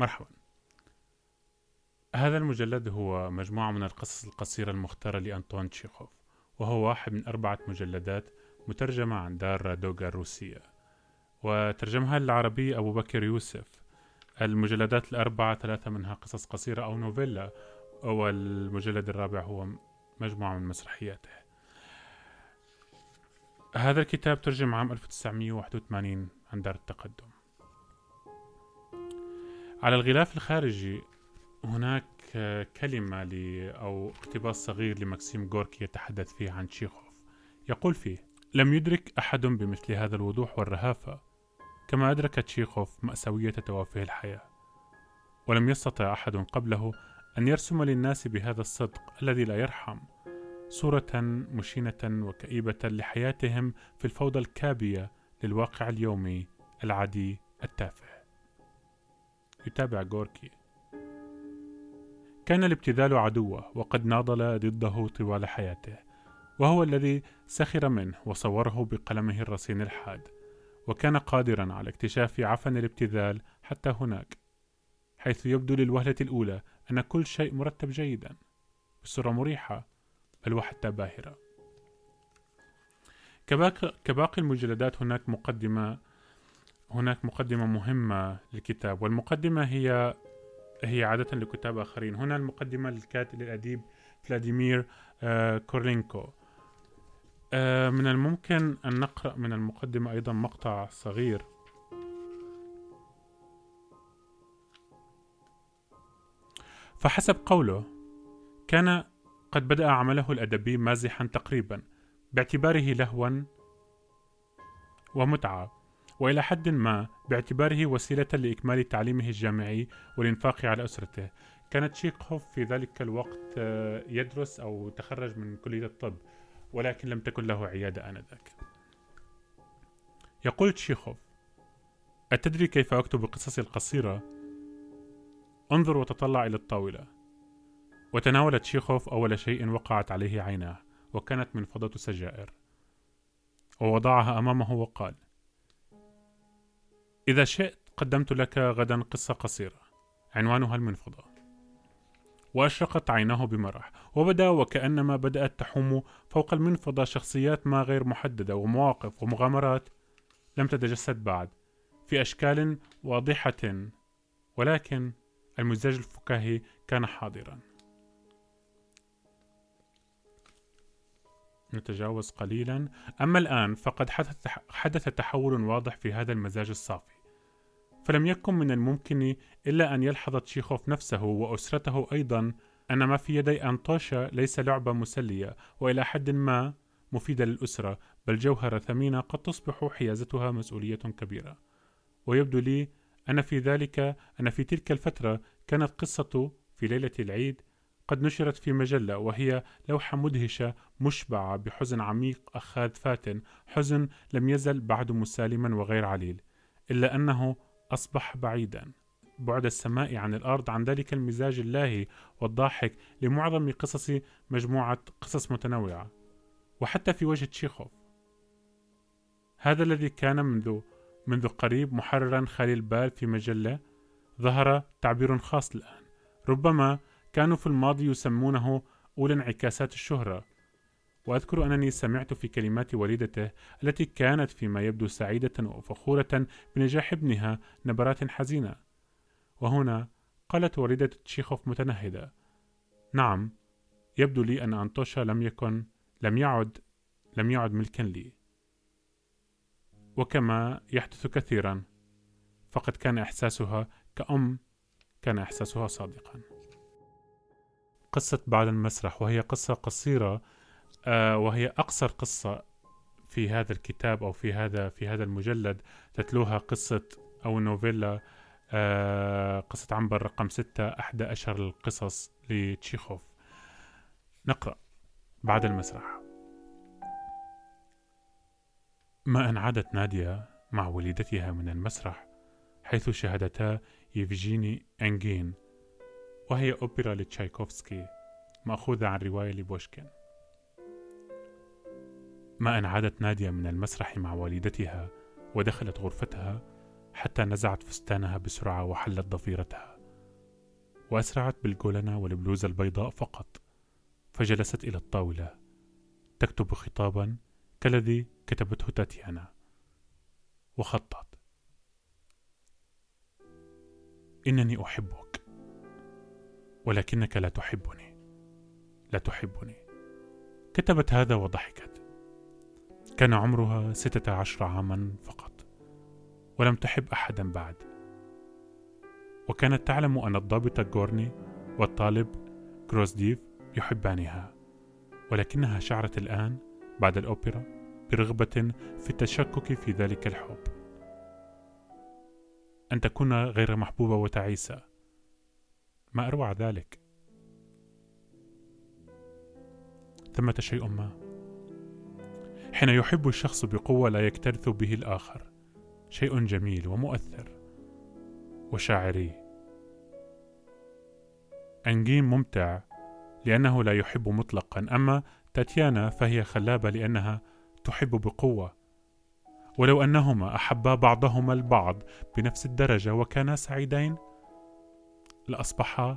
مرحبا. هذا المجلد هو مجموعة من القصص القصيرة المختارة لأنطوان تشيخوف، وهو واحد من 4 مجلدات مترجمة عن دار رادوغا الروسية، وترجمها للعربية أبو بكر يوسف. المجلدات ال4 3 منها قصص قصيرة أو نوفيلا، والمجلد الرابع هو مجموعة من مسرحياته. هذا الكتاب ترجم عام 1981 عن دار التقدم. على الغلاف الخارجي هناك كلمة أو اقتباس صغير لماكسيم غوركي يتحدث فيه عن تشيخوف. يقول فيه: لم يدرك أحد بمثل هذا الوضوح والرهافة كما أدرك تشيخوف مأساوية توافه الحياة، ولم يستطع أحد قبله أن يرسم للناس بهذا الصدق الذي لا يرحم صورة مشينة وكئيبة لحياتهم في الفوضى الكابية للواقع اليومي العادي التافه. يتابع غوركي: كان الابتذال عدوه، وقد ناضل ضده طوال حياته، وهو الذي سخر منه وصوره بقلمه الرصين الحاد، وكان قادرا على اكتشاف عفن الابتذال حتى هناك، حيث يبدو للوهلة الأولى أن كل شيء مرتب جيدا بصورة مريحة، بل وحتى باهرة. كباقي المجلدات هناك مقدمة مهمة للكتاب، والمقدمة هي عادة لكتاب آخرين. هنا المقدمة للأديب فلاديمير كورلينكو. من الممكن أن نقرأ من المقدمة أيضا مقطع صغير. فحسب قوله، كان قد بدأ عمله الأدبي مازحا تقريبا، باعتباره لهوا ومتعة، وإلى حد ما باعتباره وسيلة لإكمال تعليمه الجامعي والإنفاق على أسرته. كان تشيخوف في ذلك الوقت يدرس أو تخرج من كلية الطب، ولكن لم تكن له عيادة آنذاك. يقول تشيخوف: أتدري كيف أكتب قصصي القصيرة؟ انظر وتطلع إلى الطاولة. وتناول تشيخوف أول شيء وقعت عليه عيناه، وكانت منفضة سجائر، ووضعها أمامه وقال: إذا شئت قدمت لك غدا قصة قصيرة عنوانها المنفضة. وأشرقت عيناه بمرح، وبدا وكأنما بدأت تحوم فوق المنفضة شخصيات ما غير محددة، ومواقف ومغامرات لم تتجسد بعد في أشكال واضحة، ولكن المزاج الفكاهي كان حاضرا. نتجاوز قليلا. أما الآن فقد حدث تحول واضح في هذا المزاج الصافي، فلم يكن من الممكن إلا أن يلحظ تشيخوف نفسه وأسرته أيضا أن ما في يدي أنطوشا ليس لعبة مسلية وإلى حد ما مفيدة للأسرة، بل جوهرة ثمينة قد تصبح حيازتها مسؤولية كبيرة. ويبدو لي أن في تلك الفترة كانت قصة في ليلة العيد قد نشرت في مجلة، وهي لوحة مدهشة مشبعة بحزن عميق أخاذ فاتن، حزن لم يزل بعد مسالما وغير عليل، إلا أنه أصبح بعيدا بعد السماء عن الأرض عن ذلك المزاج اللاهي والضاحك لمعظم قصص مجموعة قصص متنوعة. وحتى في وجه تشيخوف، هذا الذي كان منذ قريب محررا خالي البال في مجلة، ظهر تعبير خاص الآن. ربما كانوا في الماضي يسمونه أولى انعكاسات الشهرة. وأذكر أنني سمعت في كلمات والدته التي كانت فيما يبدو سعيدة وفخورة بنجاح ابنها نبرات حزينة. وهنا قالت والدة تشيخوف متنهدة: نعم، يبدو لي أن أنطوشا لم يعد ملكا لي. وكما يحدث كثيرا، فقد كان إحساسها كأم كان إحساسها صادقا. قصة بعد المسرح، وهي قصة قصيرة، وهي أقصر قصة في هذا الكتاب أو في هذا المجلد. تتلوها قصة أو نوفيلا، قصة عنبر رقم 6، أحدى أشهر القصص لتشيخوف. نقرأ بعد المسرح. ما أن عادت نادية مع والدتها من المسرح، حيث شاهدتا يفجيني أنجين، وهي أوبرا لتشايكوفسكي مأخوذة عن رواية لبوشكين. ما أن عادت نادية من المسرح مع والدتها ودخلت غرفتها، حتى نزعت فستانها بسرعة وحلت ضفيرتها، وأسرعت بالجولنة والبلوزة البيضاء فقط، فجلست إلى الطاولة تكتب خطابا كالذي كتبته تاتيانا، وخطت: إنني أحبك، ولكنك لا تحبني، لا تحبني. كتبت هذا وضحكت. كان عمرها 16 عاما فقط، ولم تحب أحدا بعد، وكانت تعلم أن الضابط غورني والطالب غروزديف يحبانها، ولكنها شعرت الآن بعد الأوبرا برغبة في التشكك في ذلك الحب، أن تكون غير محبوبة وتعيسة. ما أروع ذلك. ثمة شيء ما حين يحب الشخص بقوة لا يكترث به الآخر، شيء جميل ومؤثر وشاعري. أنجين ممتع لأنه لا يحب مطلقا، أما تاتيانا فهي خلابة لأنها تحب بقوة. ولو أنهما أحبا بعضهما البعض بنفس الدرجة وكانا سعيدين لأصبحا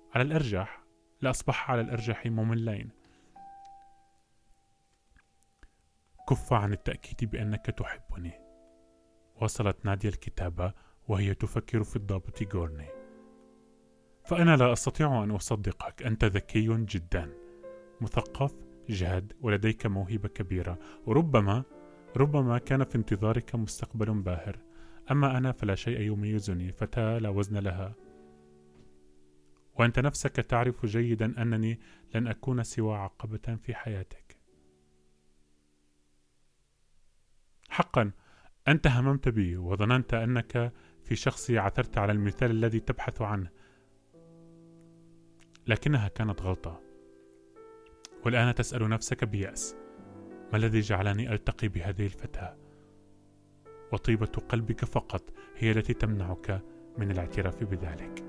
على الأرجح مملين. كف عن التأكيد بأنك تحبني. وصلت نادية الكتابة وهي تفكر في الضابط غورني. فأنا لا أستطيع أن أصدقك، أنت ذكي جدا، مثقف، جاد، ولديك موهبة كبيرة، وربما كان في انتظارك مستقبل باهر. أما أنا فلا شيء يميزني، فتاة لا وزن لها. وأنت نفسك تعرف جيدا أنني لن أكون سوى عقبة في حياتك. حقا أنت هممت بي وظننت أنك في شخصي عثرت على المثال الذي تبحث عنه، لكنها كانت غلطة. والآن تسأل نفسك بيأس: ما الذي جعلني ألتقي بهذه الفتاة؟ وطيبة قلبك فقط هي التي تمنعك من الاعتراف بذلك.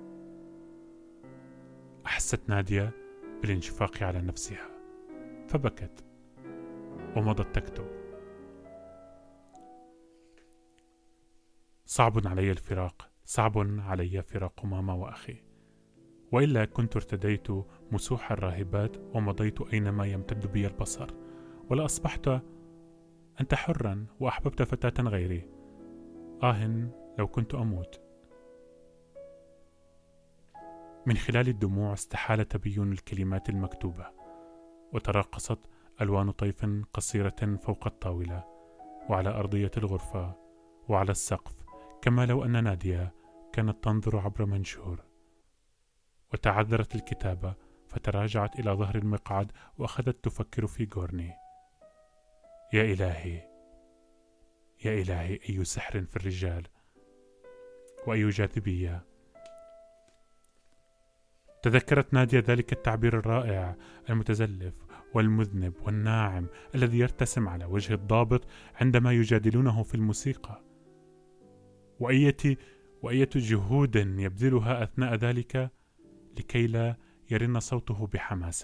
أحست نادية بالانشفاق على نفسها فبكت ومضت تكتب: صعب علي فراق ماما وأخي، وإلا كنت ارتديت مسوح الراهبات ومضيت أينما يمتد بي البصر، ولا أصبحت أنت حرا وأحببت فتاة غيري. لو كنت أموت. من خلال الدموع استحال تبين الكلمات المكتوبة، وتراقصت ألوان طيف قصيرة فوق الطاولة وعلى أرضية الغرفة وعلى السقف، كما لو أن نادية كانت تنظر عبر منشور. وتعذرت الكتابة فتراجعت إلى ظهر المقعد وأخذت تفكر في غورني. يا إلهي، يا إلهي، أي سحر في الرجال وأي جاذبية. تذكرت نادية ذلك التعبير الرائع المتزلف والمذنب والناعم الذي يرتسم على وجه الضابط عندما يجادلونه في الموسيقى، وأية جهود يبذلها أثناء ذلك لكي لا يرن صوته بحماسة.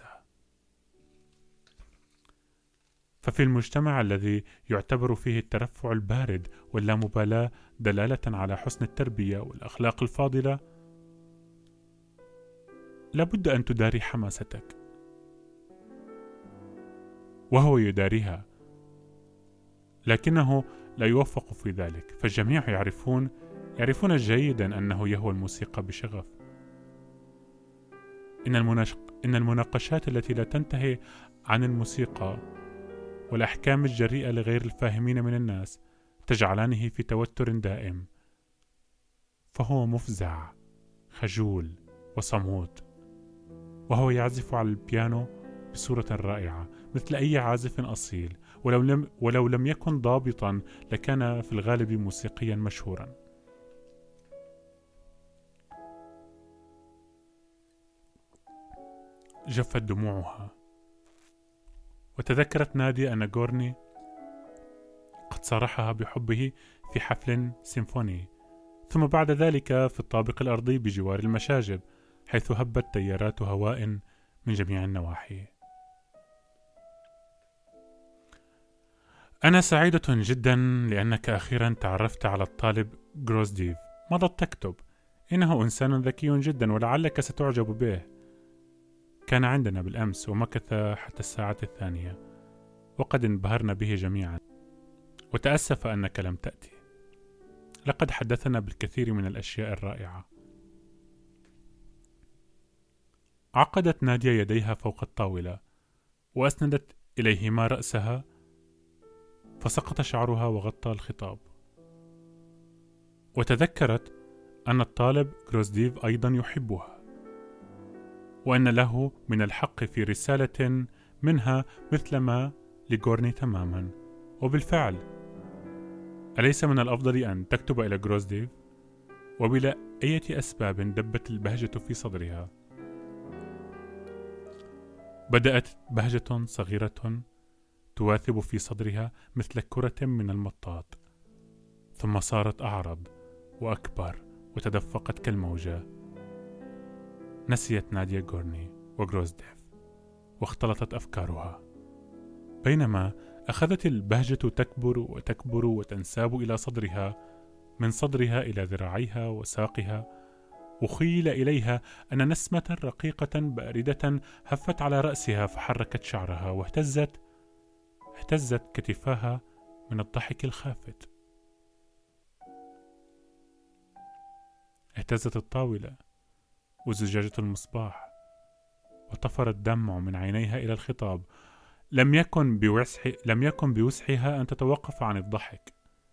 ففي المجتمع الذي يعتبر فيه الترفع البارد واللامبالاة دلالة على حسن التربية والأخلاق الفاضلة، لابد أن تداري حماستك، وهو يداريها، لكنه لا يوفق في ذلك. فالجميع يعرفون جيدا أنه يهوى الموسيقى بشغف. إن المناقشات التي لا تنتهي عن الموسيقى والأحكام الجريئة لغير الفاهمين من الناس تجعلانه في توتر دائم، فهو مفزع، خجول وصمود، وهو يعزف على البيانو بصورة رائعة مثل أي عازف أصيل، ولو لم يكن ضابطا لكان في الغالب موسيقيا مشهورا. جفت دموعها، وتذكرت نادية أن غورني قد صارحها بحبه في حفل سيمفوني، ثم بعد ذلك في الطابق الأرضي بجوار المشاجب، حيث هبت تيارات هواء من جميع النواحي. أنا سعيدة جدا لأنك أخيرا تعرفت على الطالب غروزديف: مضت تكتب: إنه إنسان ذكي جدا ولعلك ستعجب به. كان عندنا بالأمس ومكث حتى الساعة 2 وقد انبهرنا به جميعا، وتأسف أنك لم تأتي. لقد حدثنا بالكثير من الأشياء الرائعة. عقدت نادية يديها فوق الطاولة وأسندت إليهما رأسها، فسقط شعرها وغطى الخطاب. وتذكرت أن الطالب غروزديف أيضا يحبها، وأن له من الحق في رسالة منها مثلما لغورني تماما. وبالفعل، أليس من الأفضل أن تكتب إلى غروزديف؟ وبلا أي أسباب دبت البهجة في صدرها. بدأت بهجة صغيرة تواثب في صدرها مثل كرة من المطاط، ثم صارت أعرض وأكبر وتدفقت كالموجة. نسيت نادية غورني وغروزديف واختلطت أفكارها، بينما أخذت البهجة تكبر وتكبر وتنساب إلى صدرها، من صدرها إلى ذراعيها وساقها. وخيل إليها أن نسمة رقيقة باردة هفت على رأسها فحركت شعرها واهتزت كتفاها من الضحك الخافت. اهتزت الطاولة وزجاجة المصباح، وطفر الدمع من عينيها إلى الخطاب. لم يكن بوسعها أن تتوقف عن الضحك،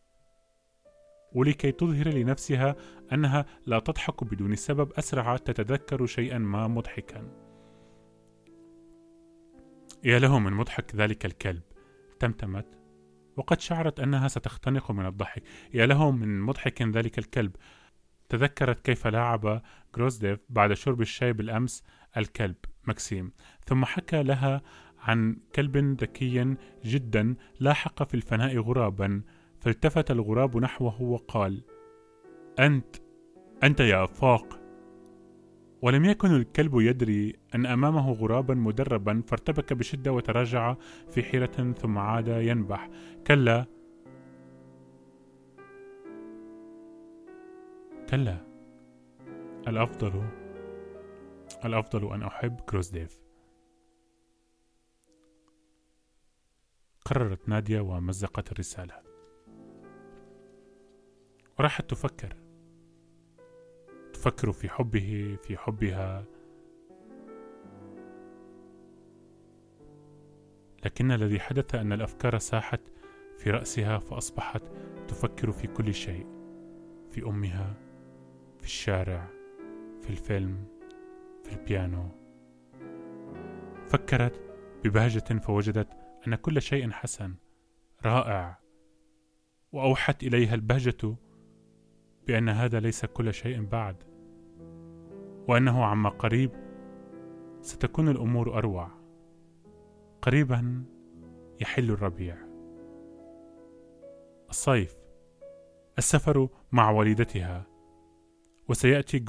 ولكي تظهر لنفسها أنها لا تضحك بدون سبب أسرعت تتذكر شيئا ما مضحكا. يا له من مضحك ذلك الكلب، تمتمت، وقد شعرت أنها ستختنق من الضحك. يا له من مضحك ذلك الكلب. تذكرت كيف لاعب غروزديف بعد شرب الشاي بالأمس الكلب ماكسيم، ثم حكى لها عن كلب ذكي جدا لاحق في الفناء غرابا، فالتفت الغراب نحوه وقال: أنت يا أفاق. ولم يكن الكلب يدري أن أمامه غرابا مدربا، فارتبك بشدة وتراجع في حيرة، ثم عاد ينبح: كلا، الأفضل أن أحب غروزديف. قررت نادية ومزقت الرسالة، وراحت تفكر في حبه، في حبها. لكن الذي حدث أن الأفكار ساحت في رأسها، فأصبحت تفكر في كل شيء: في أمها، في الشارع، في الفيلم، في البيانو. فكرت ببهجة فوجدت أن كل شيء حسن رائع، وأوحت إليها البهجة بأن هذا ليس كل شيء بعد، وأنه عما قريب ستكون الأمور أروع. قريبا يحل الربيع، الصيف، السفر مع والدتها، وسيأتي